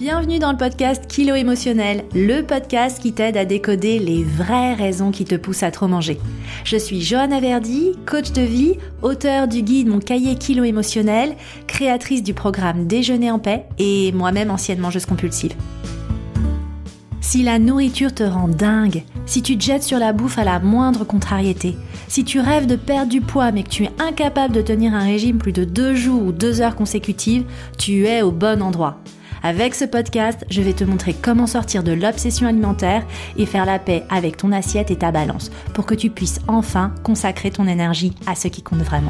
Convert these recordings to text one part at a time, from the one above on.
Bienvenue dans le podcast Kilo Émotionnel, le podcast qui t'aide à décoder les vraies raisons qui te poussent à trop manger. Je suis Johanna Verdi, coach de vie, auteure du guide Mon cahier Kilo Émotionnel, créatrice du programme Déjeuner en paix et moi-même ancienne mangeuse compulsive. Si la nourriture te rend dingue, si tu te jettes sur la bouffe à la moindre contrariété, si tu rêves de perdre du poids mais que tu es incapable de tenir un régime plus de 2 jours ou 2 heures consécutives, tu es au bon endroit. Avec ce podcast, je vais te montrer comment sortir de l'obsession alimentaire et faire la paix avec ton assiette et ta balance pour que tu puisses enfin consacrer ton énergie à ce qui compte vraiment.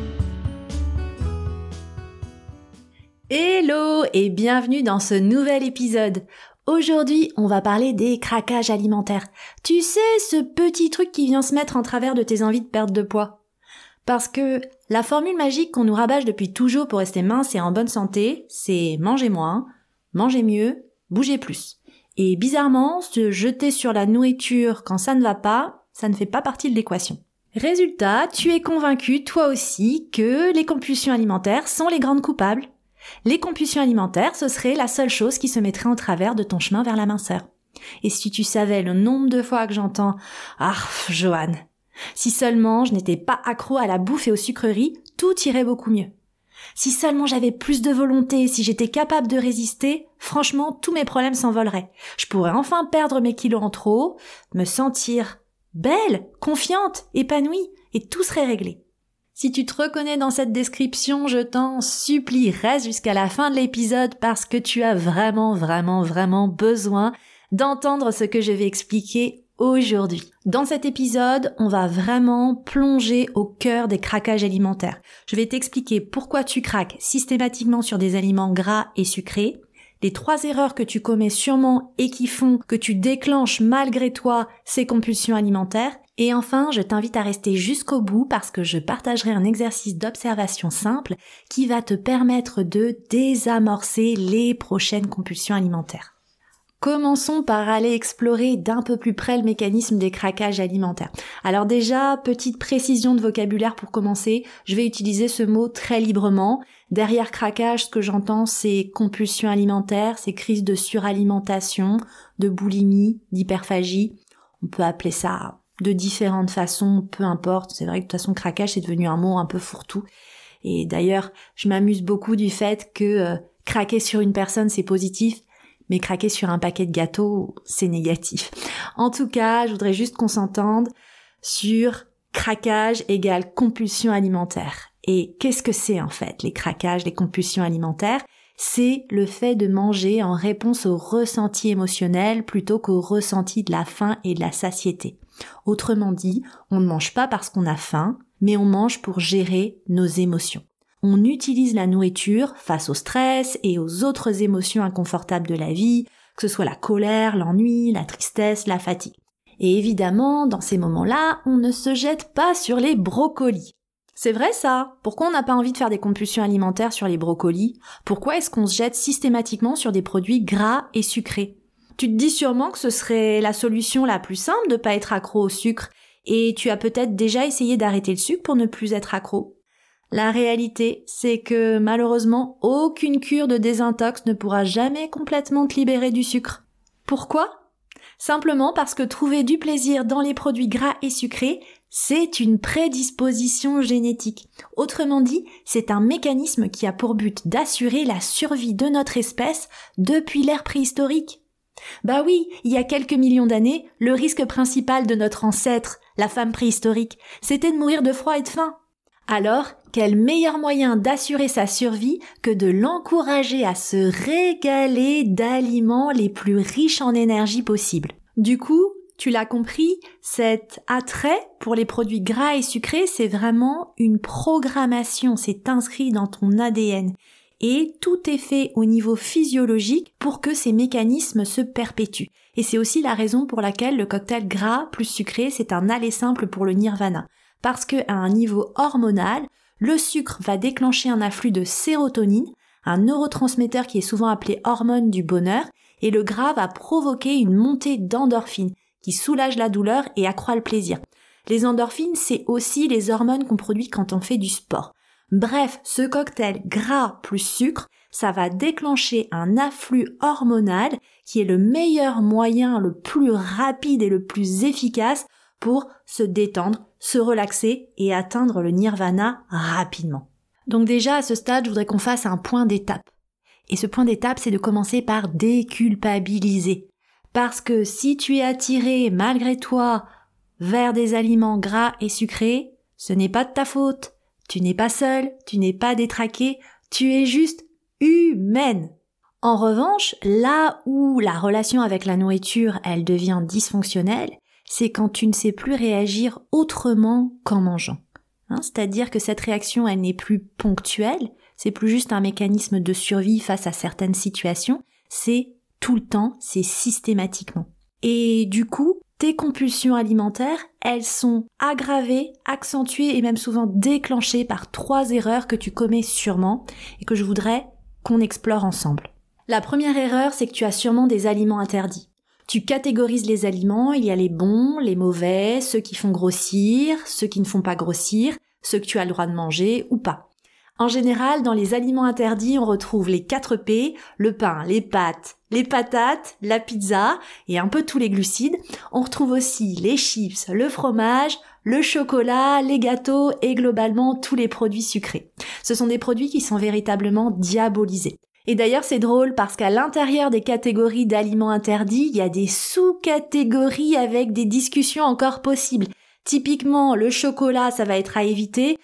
Hello et bienvenue dans ce nouvel épisode. Aujourd'hui, on va parler des craquages alimentaires. Tu sais, ce petit truc qui vient se mettre en travers de tes envies de perdre de poids. Parce que la formule magique qu'on nous rabâche depuis toujours pour rester mince et en bonne santé, c'est manger moins, manger mieux, bouger plus. Et bizarrement, se jeter sur la nourriture quand ça ne va pas, ça ne fait pas partie de l'équation. Résultat, tu es convaincu, toi aussi, que les compulsions alimentaires sont les grandes coupables. Les compulsions alimentaires, ce serait la seule chose qui se mettrait en travers de ton chemin vers la minceur. Et si tu savais le nombre de fois que j'entends « Ah, Joanne, si seulement je n'étais pas accro à la bouffe et aux sucreries, tout irait beaucoup mieux. Si seulement j'avais plus de volonté, si j'étais capable de résister, franchement, tous mes problèmes s'envoleraient. Je pourrais enfin perdre mes kilos en trop, me sentir belle, confiante, épanouie, et tout serait réglé. » Si tu te reconnais dans cette description, je t'en supplie, reste jusqu'à la fin de l'épisode parce que tu as vraiment besoin d'entendre ce que je vais expliquer aujourd'hui. Dans cet épisode, on va vraiment plonger au cœur des craquages alimentaires. Je vais t'expliquer pourquoi tu craques systématiquement sur des aliments gras et sucrés, les 3 erreurs que tu commets sûrement et qui font que tu déclenches malgré toi ces compulsions alimentaires. Et enfin, je t'invite à rester jusqu'au bout parce que je partagerai un exercice d'observation simple qui va te permettre de désamorcer les prochaines compulsions alimentaires. Commençons par aller explorer d'un peu plus près le mécanisme des craquages alimentaires. Alors déjà, petite précision de vocabulaire pour commencer, je vais utiliser ce mot très librement. Derrière craquage, ce que j'entends, c'est compulsion alimentaire, c'est crise de suralimentation, de boulimie, d'hyperphagie. On peut appeler ça de différentes façons, peu importe. C'est vrai que de toute façon, craquage, c'est devenu un mot un peu fourre-tout. Et d'ailleurs, je m'amuse beaucoup du fait que craquer sur une personne, c'est positif, mais craquer sur un paquet de gâteaux, c'est négatif. En tout cas, je voudrais juste qu'on s'entende sur craquage égale compulsion alimentaire. Et qu'est-ce que c'est en fait, les craquages, les compulsions alimentaires ? C'est le fait de manger en réponse au ressenti émotionnel plutôt qu'au ressenti de la faim et de la satiété. Autrement dit, on ne mange pas parce qu'on a faim, mais on mange pour gérer nos émotions. On utilise la nourriture face au stress et aux autres émotions inconfortables de la vie, que ce soit la colère, l'ennui, la tristesse, la fatigue. Et évidemment, dans ces moments-là, on ne se jette pas sur les brocolis. C'est vrai ça. Pourquoi on n'a pas envie de faire des compulsions alimentaires sur les brocolis ? Pourquoi est-ce qu'on se jette systématiquement sur des produits gras et sucrés ? Tu te dis sûrement que ce serait la solution la plus simple de pas être accro au sucre, et tu as peut-être déjà essayé d'arrêter le sucre pour ne plus être accro. La réalité, c'est que malheureusement, aucune cure de désintox ne pourra jamais complètement te libérer du sucre. Pourquoi ? Simplement parce que trouver du plaisir dans les produits gras et sucrés, c'est une prédisposition génétique. Autrement dit, c'est un mécanisme qui a pour but d'assurer la survie de notre espèce depuis l'ère préhistorique. Bah oui, il y a quelques millions d'années, le risque principal de notre ancêtre, la femme préhistorique, c'était de mourir de froid et de faim. Alors, quel meilleur moyen d'assurer sa survie que de l'encourager à se régaler d'aliments les plus riches en énergie possible. Du coup, tu l'as compris, cet attrait pour les produits gras et sucrés, c'est vraiment une programmation, c'est inscrit dans ton ADN. Et tout est fait au niveau physiologique pour que ces mécanismes se perpétuent. Et c'est aussi la raison pour laquelle le cocktail gras plus sucré, c'est un aller simple pour le nirvana. Parce qu'à un niveau hormonal, le sucre va déclencher un afflux de sérotonine, un neurotransmetteur qui est souvent appelé hormone du bonheur, et le gras va provoquer une montée d'endorphines qui soulage la douleur et accroît le plaisir. Les endorphines, c'est aussi les hormones qu'on produit quand on fait du sport. Bref, ce cocktail gras plus sucre, ça va déclencher un afflux hormonal qui est le meilleur moyen, le plus rapide et le plus efficace pour se détendre, se relaxer et atteindre le nirvana rapidement. Donc déjà, à ce stade, je voudrais qu'on fasse un point d'étape. Et ce point d'étape, c'est de commencer par déculpabiliser. Parce que si tu es attiré, malgré toi, vers des aliments gras et sucrés, ce n'est pas de ta faute. Tu n'es pas seule, tu n'es pas détraquée, tu es juste humaine. En revanche, là où la relation avec la nourriture, elle devient dysfonctionnelle, c'est quand tu ne sais plus réagir autrement qu'en mangeant. C'est-à-dire que cette réaction, elle n'est plus ponctuelle, c'est plus juste un mécanisme de survie face à certaines situations, c'est tout le temps, c'est systématiquement. Et du coup, tes compulsions alimentaires, elles sont aggravées, accentuées et même souvent déclenchées par 3 erreurs que tu commets sûrement et que je voudrais qu'on explore ensemble. La première erreur, c'est que tu as sûrement des aliments interdits. Tu catégorises les aliments, il y a les bons, les mauvais, ceux qui font grossir, ceux qui ne font pas grossir, ceux que tu as le droit de manger ou pas. En général, dans les aliments interdits, on retrouve les 4 P, le pain, les pâtes, les patates, la pizza et un peu tous les glucides. On retrouve aussi les chips, le fromage, le chocolat, les gâteaux et globalement tous les produits sucrés. Ce sont des produits qui sont véritablement diabolisés. Et d'ailleurs, c'est drôle parce qu'à l'intérieur des catégories d'aliments interdits, il y a des sous-catégories avec des discussions encore possibles. Typiquement, le chocolat, ça va être à éviter.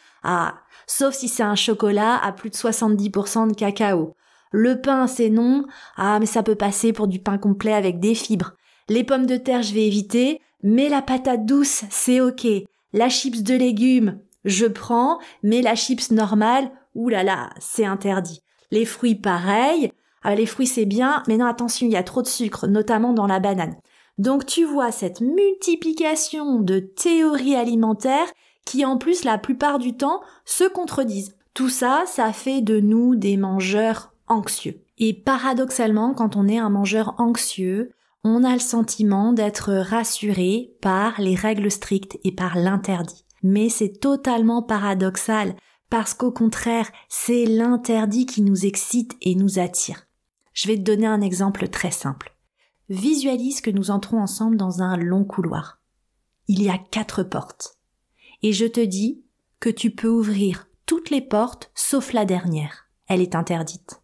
Sauf si c'est un chocolat à plus de 70% de cacao. Le pain, c'est non. Mais ça peut passer pour du pain complet avec des fibres. Les pommes de terre, je vais éviter. Mais la patate douce, c'est ok. La chips de légumes, je prends. Mais la chips normale, oulala, c'est interdit. Les fruits, pareil. Les fruits, c'est bien. Mais non, attention, il y a trop de sucre, notamment dans la banane. Donc, tu vois cette multiplication de théories alimentaires qui en plus la plupart du temps se contredisent. Tout ça, ça fait de nous des mangeurs anxieux. Et paradoxalement, quand on est un mangeur anxieux, on a le sentiment d'être rassuré par les règles strictes et par l'interdit. Mais c'est totalement paradoxal, parce qu'au contraire, c'est l'interdit qui nous excite et nous attire. Je vais te donner un exemple très simple. Visualise que nous entrons ensemble dans un long couloir. Il y a 4 portes. Et je te dis que tu peux ouvrir toutes les portes sauf la dernière. Elle est interdite.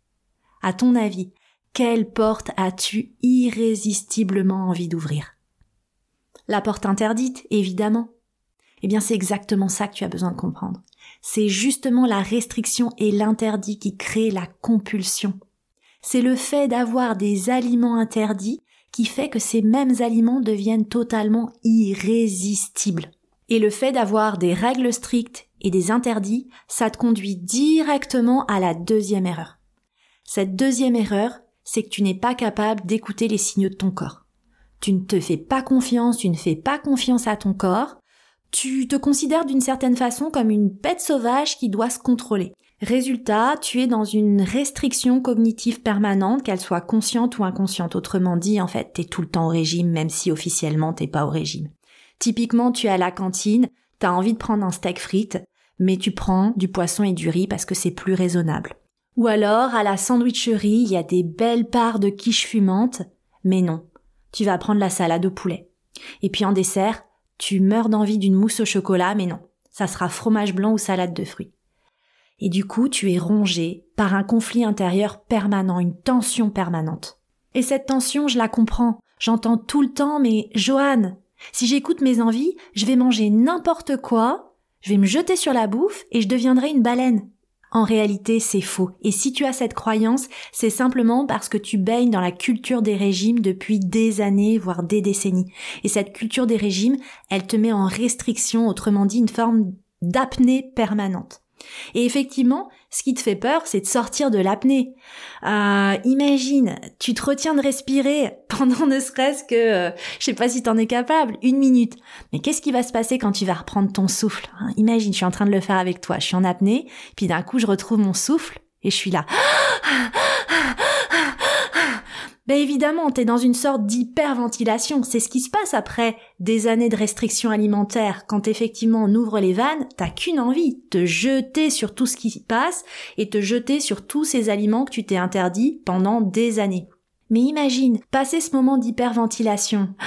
À ton avis, quelle porte as-tu irrésistiblement envie d'ouvrir? La porte interdite, évidemment. Eh bien, c'est exactement ça que tu as besoin de comprendre. C'est justement la restriction et l'interdit qui créent la compulsion. C'est le fait d'avoir des aliments interdits qui fait que ces mêmes aliments deviennent totalement irrésistibles. Et le fait d'avoir des règles strictes et des interdits, ça te conduit directement à la deuxième erreur. Cette deuxième erreur, c'est que tu n'es pas capable d'écouter les signaux de ton corps. Tu ne te fais pas confiance, tu ne fais pas confiance à ton corps. Tu te considères d'une certaine façon comme une bête sauvage qui doit se contrôler. Résultat, tu es dans une restriction cognitive permanente, qu'elle soit consciente ou inconsciente. Autrement dit, en fait, t'es tout le temps au régime, même si officiellement t'es pas au régime. Typiquement, tu es à la cantine, t'as envie de prendre un steak frites, mais tu prends du poisson et du riz parce que c'est plus raisonnable. Ou alors, à la sandwicherie, il y a des belles parts de quiche fumante, mais non, tu vas prendre la salade au poulet. Et puis en dessert, tu meurs d'envie d'une mousse au chocolat, mais non, ça sera fromage blanc ou salade de fruits. Et du coup, tu es rongé par un conflit intérieur permanent, une tension permanente. Et cette tension, je la comprends, j'entends tout le temps, mais Joanne, si j'écoute mes envies, je vais manger n'importe quoi, je vais me jeter sur la bouffe et je deviendrai une baleine. En réalité, c'est faux. Et si tu as cette croyance, c'est simplement parce que tu baignes dans la culture des régimes depuis des années, voire des décennies. Et cette culture des régimes, elle te met en restriction, autrement dit une forme d'apnée permanente. Et effectivement, ce qui te fait peur, c'est de sortir de l'apnée. Imagine, tu te retiens de respirer pendant ne serait-ce que, je sais pas si t'en es capable, 1 minute. Mais qu'est-ce qui va se passer quand tu vas reprendre ton souffle? Imagine, je suis en train de le faire avec toi, je suis en apnée, puis d'un coup je retrouve mon souffle et je suis là. Ben évidemment, t'es dans une sorte d'hyperventilation. C'est ce qui se passe après des années de restrictions alimentaires. Quand effectivement on ouvre les vannes, t'as qu'une envie, te jeter sur tout ce qui s'y passe et te jeter sur tous ces aliments que tu t'es interdits pendant des années. Mais imagine, passer ce moment d'hyperventilation.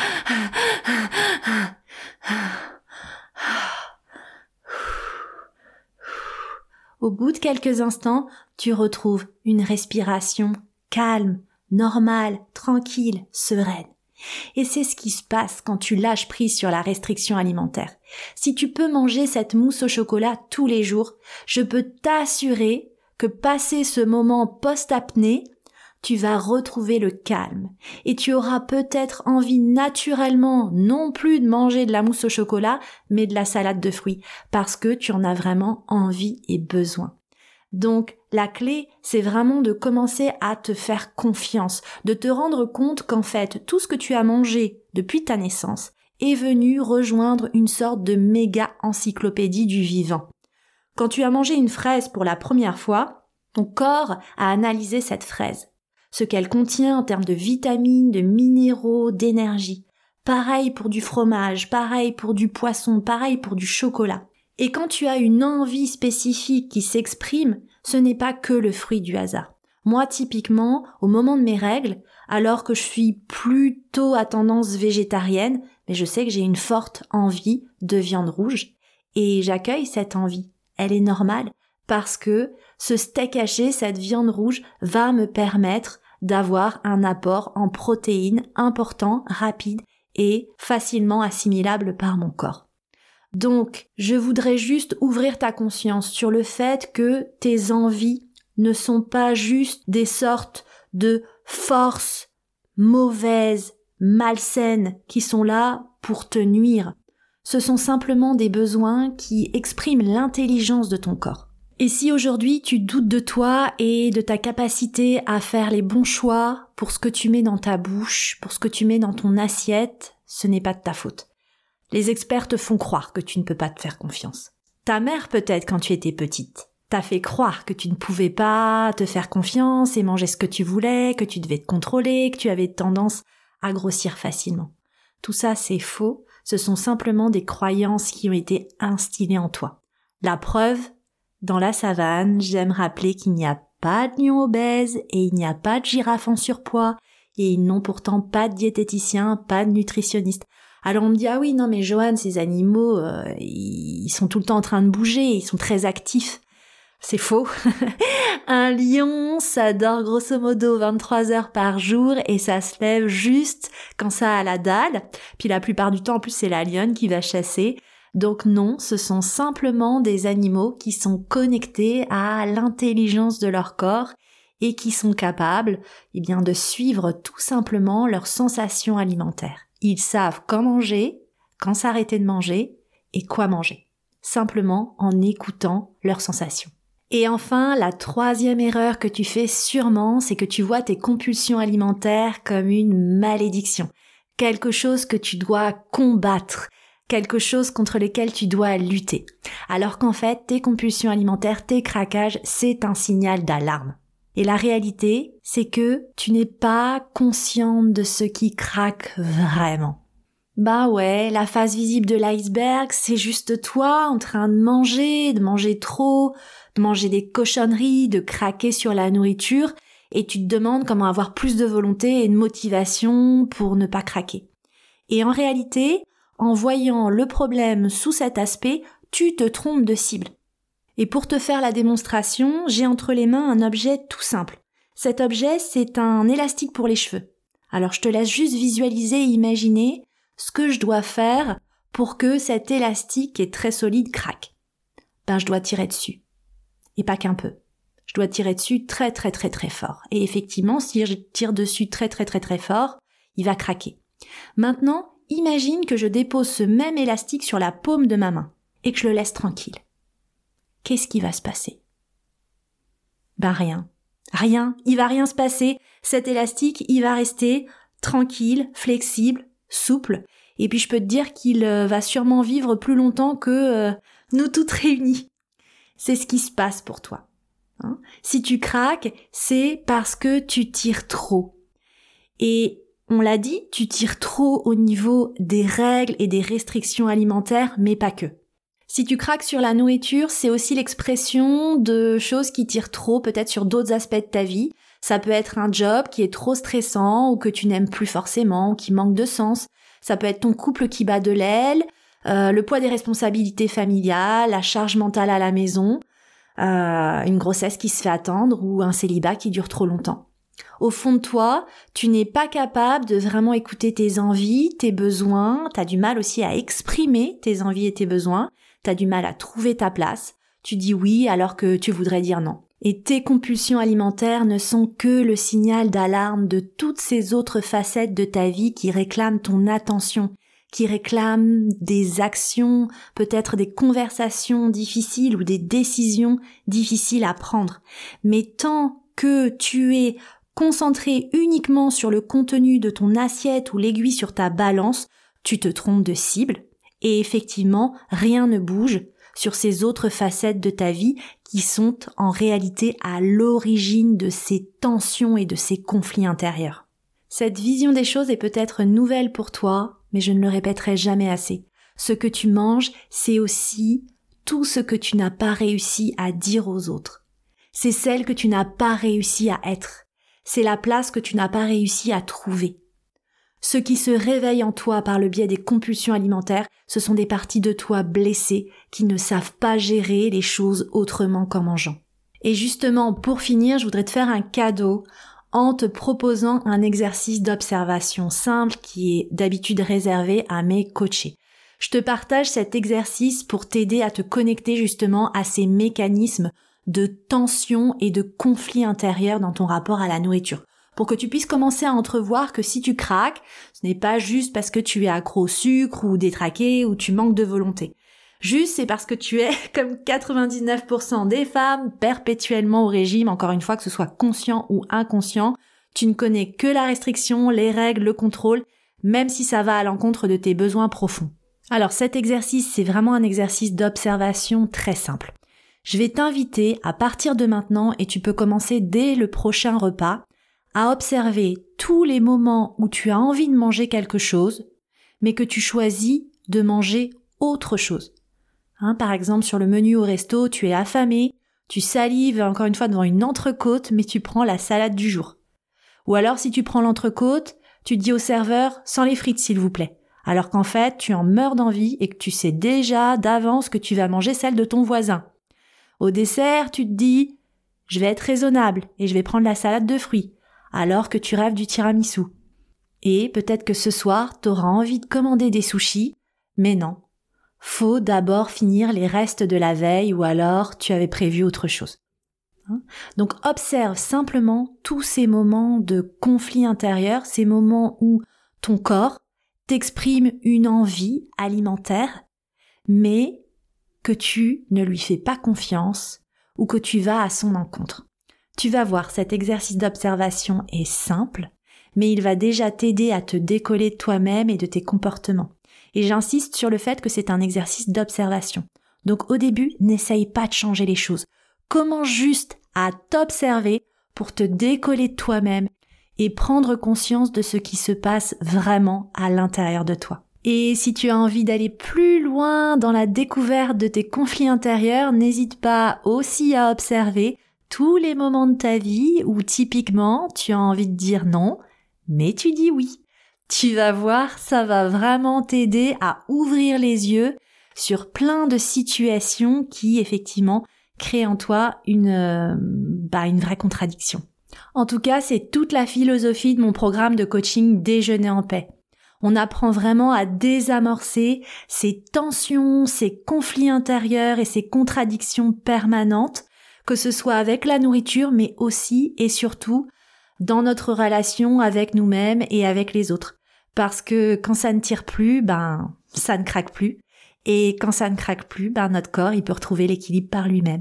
Au bout de quelques instants, tu retrouves une respiration calme, normale, tranquille, sereine. Et c'est ce qui se passe quand tu lâches prise sur la restriction alimentaire. Si tu peux manger cette mousse au chocolat tous les jours, je peux t'assurer que passé ce moment post-apnée, tu vas retrouver le calme et tu auras peut-être envie naturellement non plus de manger de la mousse au chocolat, mais de la salade de fruits parce que tu en as vraiment envie et besoin. Donc, la clé, c'est vraiment de commencer à te faire confiance, de te rendre compte qu'en fait, tout ce que tu as mangé depuis ta naissance est venu rejoindre une sorte de méga encyclopédie du vivant. Quand tu as mangé une fraise pour la première fois, ton corps a analysé cette fraise, ce qu'elle contient en termes de vitamines, de minéraux, d'énergie. Pareil pour du fromage, pareil pour du poisson, pareil pour du chocolat. Et quand tu as une envie spécifique qui s'exprime, ce n'est pas que le fruit du hasard. Moi, typiquement, au moment de mes règles, alors que je suis plutôt à tendance végétarienne, mais je sais que j'ai une forte envie de viande rouge, et j'accueille cette envie. Elle est normale, parce que ce steak haché, cette viande rouge, va me permettre d'avoir un apport en protéines important, rapide et facilement assimilable par mon corps. Donc, je voudrais juste ouvrir ta conscience sur le fait que tes envies ne sont pas juste des sortes de forces mauvaises, malsaines, qui sont là pour te nuire. Ce sont simplement des besoins qui expriment l'intelligence de ton corps. Et si aujourd'hui tu doutes de toi et de ta capacité à faire les bons choix pour ce que tu mets dans ta bouche, pour ce que tu mets dans ton assiette, ce n'est pas de ta faute. Les experts te font croire que tu ne peux pas te faire confiance. Ta mère peut-être quand tu étais petite t'a fait croire que tu ne pouvais pas te faire confiance et manger ce que tu voulais, que tu devais te contrôler, que tu avais tendance à grossir facilement. Tout ça c'est faux, ce sont simplement des croyances qui ont été instillées en toi. La preuve, dans la savane, j'aime rappeler qu'il n'y a pas de lion obèse et il n'y a pas de girafe en surpoids et ils n'ont pourtant pas de diététicien, pas de nutritionniste. Alors on me dit, ah oui, non mais Joanne, ces animaux, ils sont tout le temps en train de bouger, ils sont très actifs. C'est faux. Un lion, ça dort grosso modo 23 heures par jour et ça se lève juste quand ça a la dalle. Puis la plupart du temps, en plus, c'est la lionne qui va chasser. Donc non, ce sont simplement des animaux qui sont connectés à l'intelligence de leur corps et qui sont capables, de suivre tout simplement leurs sensations alimentaires. Ils savent quand manger, quand s'arrêter de manger et quoi manger, simplement en écoutant leurs sensations. Et enfin, la troisième erreur que tu fais sûrement, c'est que tu vois tes compulsions alimentaires comme une malédiction, quelque chose que tu dois combattre, quelque chose contre lequel tu dois lutter, alors qu'en fait, tes compulsions alimentaires, tes craquages, c'est un signal d'alarme. Et la réalité, c'est que tu n'es pas consciente de ce qui craque vraiment. Bah ouais, la face visible de l'iceberg, c'est juste toi en train de manger trop, de manger des cochonneries, de craquer sur la nourriture, et tu te demandes comment avoir plus de volonté et de motivation pour ne pas craquer. Et en réalité, en voyant le problème sous cet aspect, tu te trompes de cible. Et pour te faire la démonstration, j'ai entre les mains un objet tout simple. Cet objet, c'est un élastique pour les cheveux. Alors je te laisse juste visualiser et imaginer ce que je dois faire pour que cet élastique qui est très solide craque. Je dois tirer dessus. Et pas qu'un peu. Je dois tirer dessus très très très très fort. Et effectivement, si je tire dessus très très très très fort, il va craquer. Maintenant, imagine que je dépose ce même élastique sur la paume de ma main et que je le laisse tranquille. Qu'est-ce qui va se passer? Rien. Rien. Il va rien se passer. Cet élastique, il va rester tranquille, flexible, souple. Et puis je peux te dire qu'il va sûrement vivre plus longtemps que nous toutes réunies. C'est ce qui se passe pour toi. Si tu craques, c'est parce que tu tires trop. Et on l'a dit, tu tires trop au niveau des règles et des restrictions alimentaires, mais pas que. Si tu craques sur la nourriture, c'est aussi l'expression de choses qui tirent trop, peut-être sur d'autres aspects de ta vie. Ça peut être un job qui est trop stressant ou que tu n'aimes plus forcément, ou qui manque de sens. Ça peut être ton couple qui bat de l'aile, le poids des responsabilités familiales, la charge mentale à la maison, une grossesse qui se fait attendre ou un célibat qui dure trop longtemps. Au fond de toi, tu n'es pas capable de vraiment écouter tes envies, tes besoins, t'as du mal aussi à exprimer tes envies et tes besoins, t'as du mal à trouver ta place, tu dis oui alors que tu voudrais dire non. Et tes compulsions alimentaires ne sont que le signal d'alarme de toutes ces autres facettes de ta vie qui réclament ton attention, qui réclament des actions, peut-être des conversations difficiles ou des décisions difficiles à prendre. Mais tant que tu es concentré uniquement sur le contenu de ton assiette ou l'aiguille sur ta balance, tu te trompes de cible et effectivement, rien ne bouge sur ces autres facettes de ta vie qui sont en réalité à l'origine de ces tensions et de ces conflits intérieurs. Cette vision des choses est peut-être nouvelle pour toi, mais je ne le répéterai jamais assez. Ce que tu manges, c'est aussi tout ce que tu n'as pas réussi à dire aux autres. C'est celle que tu n'as pas réussi à être. C'est la place que tu n'as pas réussi à trouver. Ce qui se réveille en toi par le biais des compulsions alimentaires, ce sont des parties de toi blessées qui ne savent pas gérer les choses autrement qu'en mangeant. Et justement, pour finir, je voudrais te faire un cadeau en te proposant un exercice d'observation simple qui est d'habitude réservé à mes coachés. Je te partage cet exercice pour t'aider à te connecter justement à ces mécanismes de tension et de conflit intérieur dans ton rapport à la nourriture. Pour que tu puisses commencer à entrevoir que si tu craques, ce n'est pas juste parce que tu es accro au sucre ou détraqué ou tu manques de volonté. Juste, c'est parce que tu es, comme 99% des femmes, perpétuellement au régime, encore une fois, que ce soit conscient ou inconscient. Tu ne connais que la restriction, les règles, le contrôle, même si ça va à l'encontre de tes besoins profonds. Alors cet exercice, c'est vraiment un exercice d'observation très simple. Je vais t'inviter à partir de maintenant, et tu peux commencer dès le prochain repas, à observer tous les moments où tu as envie de manger quelque chose, mais que tu choisis de manger autre chose. Par exemple, sur le menu au resto, tu es affamé, tu salives encore une fois devant une entrecôte, mais tu prends la salade du jour. Ou alors, si tu prends l'entrecôte, tu dis au serveur « sans les frites, s'il vous plaît ». Alors qu'en fait, tu en meurs d'envie et que tu sais déjà d'avance que tu vas manger celle de ton voisin. Au dessert, tu te dis « je vais être raisonnable et je vais prendre la salade de fruits », alors que tu rêves du tiramisu. Et peut-être que ce soir, tu auras envie de commander des sushis, mais non. Faut d'abord finir les restes de la veille ou alors tu avais prévu autre chose. Donc observe simplement tous ces moments de conflit intérieur, ces moments où ton corps t'exprime une envie alimentaire, mais que tu ne lui fais pas confiance ou que tu vas à son encontre. Tu vas voir, cet exercice d'observation est simple, mais il va déjà t'aider à te décoller de toi-même et de tes comportements. Et j'insiste sur le fait que c'est un exercice d'observation. Donc au début, n'essaye pas de changer les choses. Commence juste à t'observer pour te décoller de toi-même et prendre conscience de ce qui se passe vraiment à l'intérieur de toi. Et si tu as envie d'aller plus loin dans la découverte de tes conflits intérieurs, n'hésite pas aussi à observer tous les moments de ta vie où typiquement tu as envie de dire non, mais tu dis oui. Tu vas voir, ça va vraiment t'aider à ouvrir les yeux sur plein de situations qui effectivement créent en toi une vraie contradiction. En tout cas, c'est toute la philosophie de mon programme de coaching Déjeuner en paix. On apprend vraiment à désamorcer ces tensions, ces conflits intérieurs et ces contradictions permanentes, que ce soit avec la nourriture, mais aussi et surtout dans notre relation avec nous-mêmes et avec les autres. Parce que quand ça ne tire plus, ça ne craque plus. Et quand ça ne craque plus, notre corps, il peut retrouver l'équilibre par lui-même.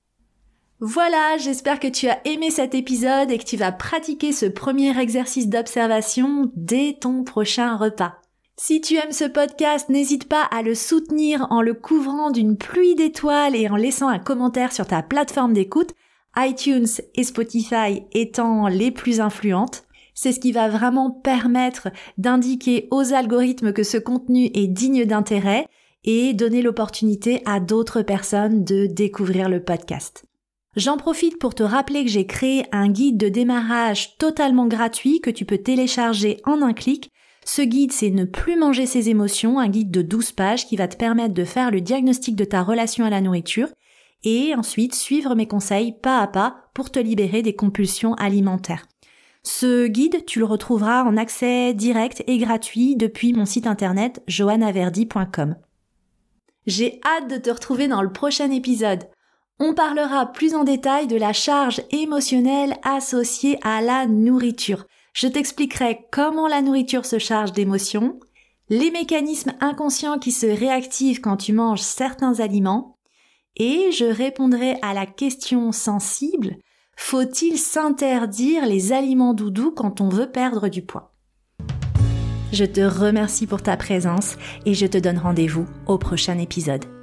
Voilà, j'espère que tu as aimé cet épisode et que tu vas pratiquer ce premier exercice d'observation dès ton prochain repas. Si tu aimes ce podcast, n'hésite pas à le soutenir en le couvrant d'une pluie d'étoiles et en laissant un commentaire sur ta plateforme d'écoute, iTunes et Spotify étant les plus influentes. C'est ce qui va vraiment permettre d'indiquer aux algorithmes que ce contenu est digne d'intérêt et donner l'opportunité à d'autres personnes de découvrir le podcast. J'en profite pour te rappeler que j'ai créé un guide de démarrage totalement gratuit que tu peux télécharger en un clic. Ce guide, c'est Ne plus manger ses émotions, un guide de 12 pages qui va te permettre de faire le diagnostic de ta relation à la nourriture et ensuite suivre mes conseils pas à pas pour te libérer des compulsions alimentaires. Ce guide, tu le retrouveras en accès direct et gratuit depuis mon site internet johannaverdi.com. J'ai hâte de te retrouver dans le prochain épisode. On parlera plus en détail de la charge émotionnelle associée à la nourriture. Je t'expliquerai comment la nourriture se charge d'émotions, les mécanismes inconscients qui se réactivent quand tu manges certains aliments, et je répondrai à la question sensible, faut-il s'interdire les aliments doudous quand on veut perdre du poids ? Je te remercie pour ta présence et je te donne rendez-vous au prochain épisode.